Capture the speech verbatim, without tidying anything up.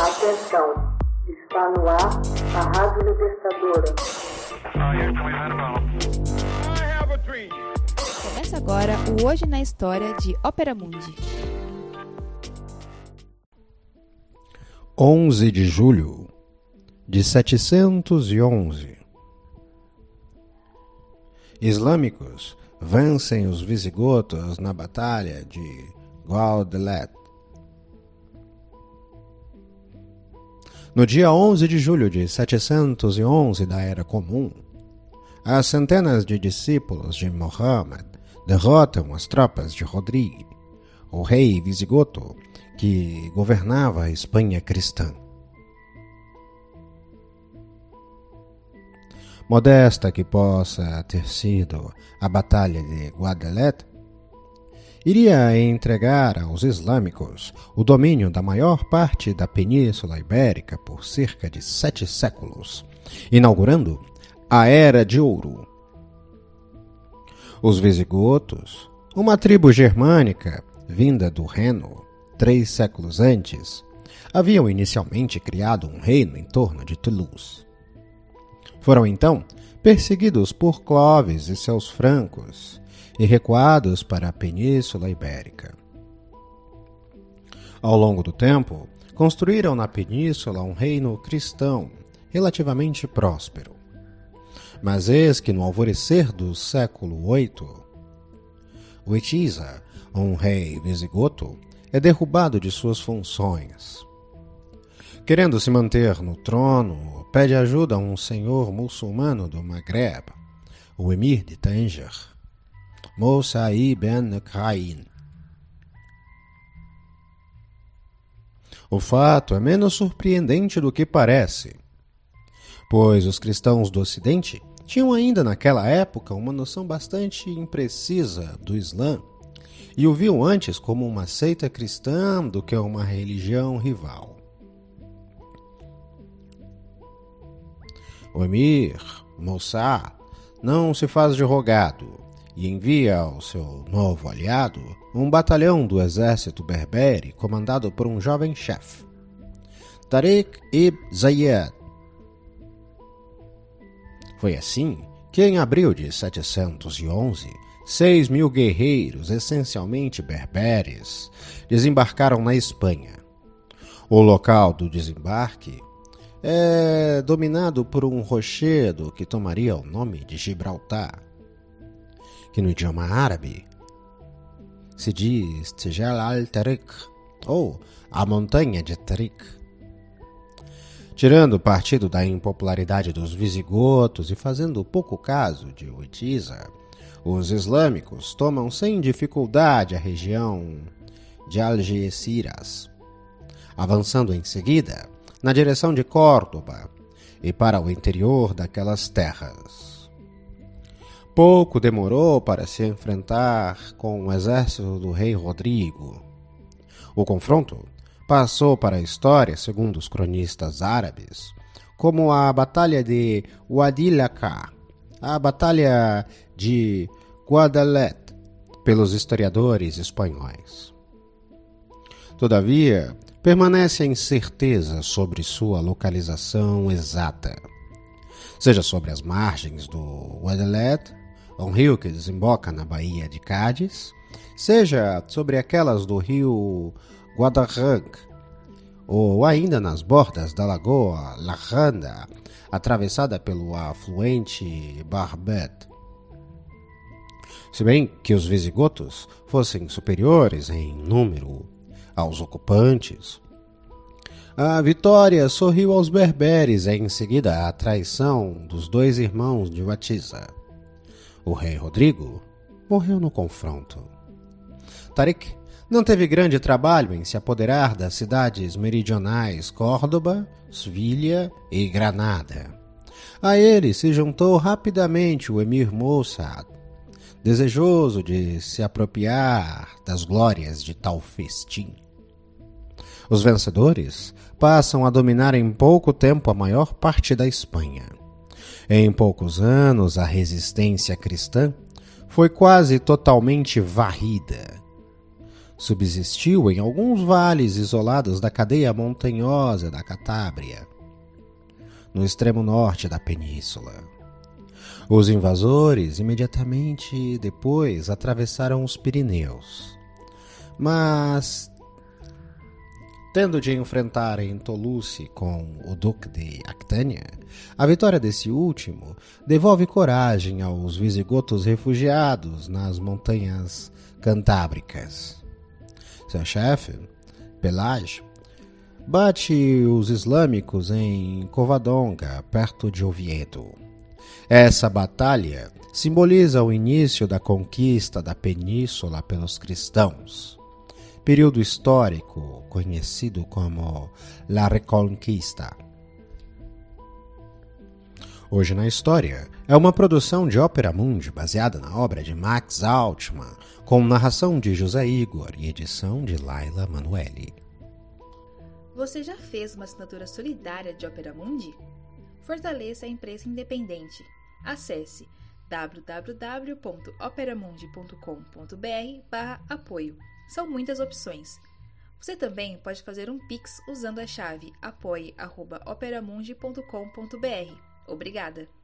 Atenção, está no ar a Rádio Libertadora. Começa agora o Hoje na História de Ópera Mundi. onze de julho de setecentos e onze. Islâmicos vencem os visigotos na Batalha de Guadalete. No dia onze de julho de setecentos e onze da Era Comum, as centenas de discípulos de Muhammad derrotam as tropas de Rodrigo, o rei visigoto que governava a Espanha cristã. Modesta que possa ter sido a Batalha de Guadalete, iria entregar aos islâmicos o domínio da maior parte da Península Ibérica por cerca de sete séculos, inaugurando a Era de Ouro. Os visigotos, uma tribo germânica vinda do Reno, três séculos antes, haviam inicialmente criado um reino em torno de Toulouse. Foram então perseguidos por Clovis e seus francos e recuados para a Península Ibérica. Ao longo do tempo, construíram na península um reino cristão relativamente próspero. Mas eis que no alvorecer do século oito, Witiza, um rei visigoto, é derrubado de suas funções. Querendo se manter no trono, pede ajuda a um senhor muçulmano do Magreb, o emir de Tanger, Moussa ibn Qayn. O fato é menos surpreendente do que parece, pois os cristãos do Ocidente tinham ainda naquela época uma noção bastante imprecisa do Islã e o viam antes como uma seita cristã do que uma religião rival. O emir, Moussa, não se faz de rogado e envia ao seu novo aliado um batalhão do exército berbere comandado por um jovem chefe, Tariq ibn Zayed. Foi assim que, em abril de setecentos e onze, seis mil guerreiros, essencialmente berberes, desembarcaram na Espanha. O local do desembarque é dominado por um rochedo que tomaria o nome de Gibraltar, que no idioma árabe se diz Tijal al-Tariq, ou a Montanha de Tariq. Tirando partido da impopularidade dos visigotos e fazendo pouco caso de Witiza, os islâmicos tomam sem dificuldade a região de Algeciras, avançando em seguida na direção de Córdoba e para o interior daquelas terras. Pouco demorou para se enfrentar com o exército do rei Rodrigo. O confronto passou para a história, segundo os cronistas árabes, como a Batalha de Wadi Laka, a Batalha de Guadalete, pelos historiadores espanhóis. Todavia, permanece a incerteza sobre sua localização exata, seja sobre as margens do Guadalete, um rio que desemboca na Baía de Cádiz, seja sobre aquelas do rio Guadarranque, ou ainda nas bordas da Lagoa Lajanda, atravessada pelo afluente Barbet. Se bem que os visigotos fossem superiores em número aos ocupantes, a vitória sorriu aos berberes e em seguida a traição dos dois irmãos de Witiza. O rei Rodrigo morreu no confronto. Tariq não teve grande trabalho em se apoderar das cidades meridionais Córdoba, Sevilha e Granada. A ele se juntou rapidamente o emir Moussa, desejoso de se apropriar das glórias de tal festim. Os vencedores passam a dominar em pouco tempo a maior parte da Espanha. Em poucos anos, a resistência cristã foi quase totalmente varrida. subsistiu em alguns vales isolados da cadeia montanhosa da Catábria, no extremo norte da península. Os invasores imediatamente depois atravessaram os Pirineus, mas, tendo de enfrentar em Toulouse com o Duque de Aquitânia, a vitória desse último devolve coragem aos visigodos refugiados nas montanhas cantábricas. Seu chefe, Pelage, bate os islâmicos em Covadonga, perto de Oviedo. Essa batalha simboliza o início da conquista da península pelos cristãos, período histórico conhecido como La Reconquista. Hoje na História é uma produção de Opera Mundi baseada na obra de Max Altman, com narração de José Igor e edição de Laila Manoeli. Você já fez uma assinatura solidária de Opera Mundi? Fortaleça a imprensa independente. Acesse w w w ponto operamundi ponto com ponto b r barra apoio. São muitas opções. Você também pode fazer um Pix usando a chave apoie arroba operamundi ponto com ponto b r. Obrigada!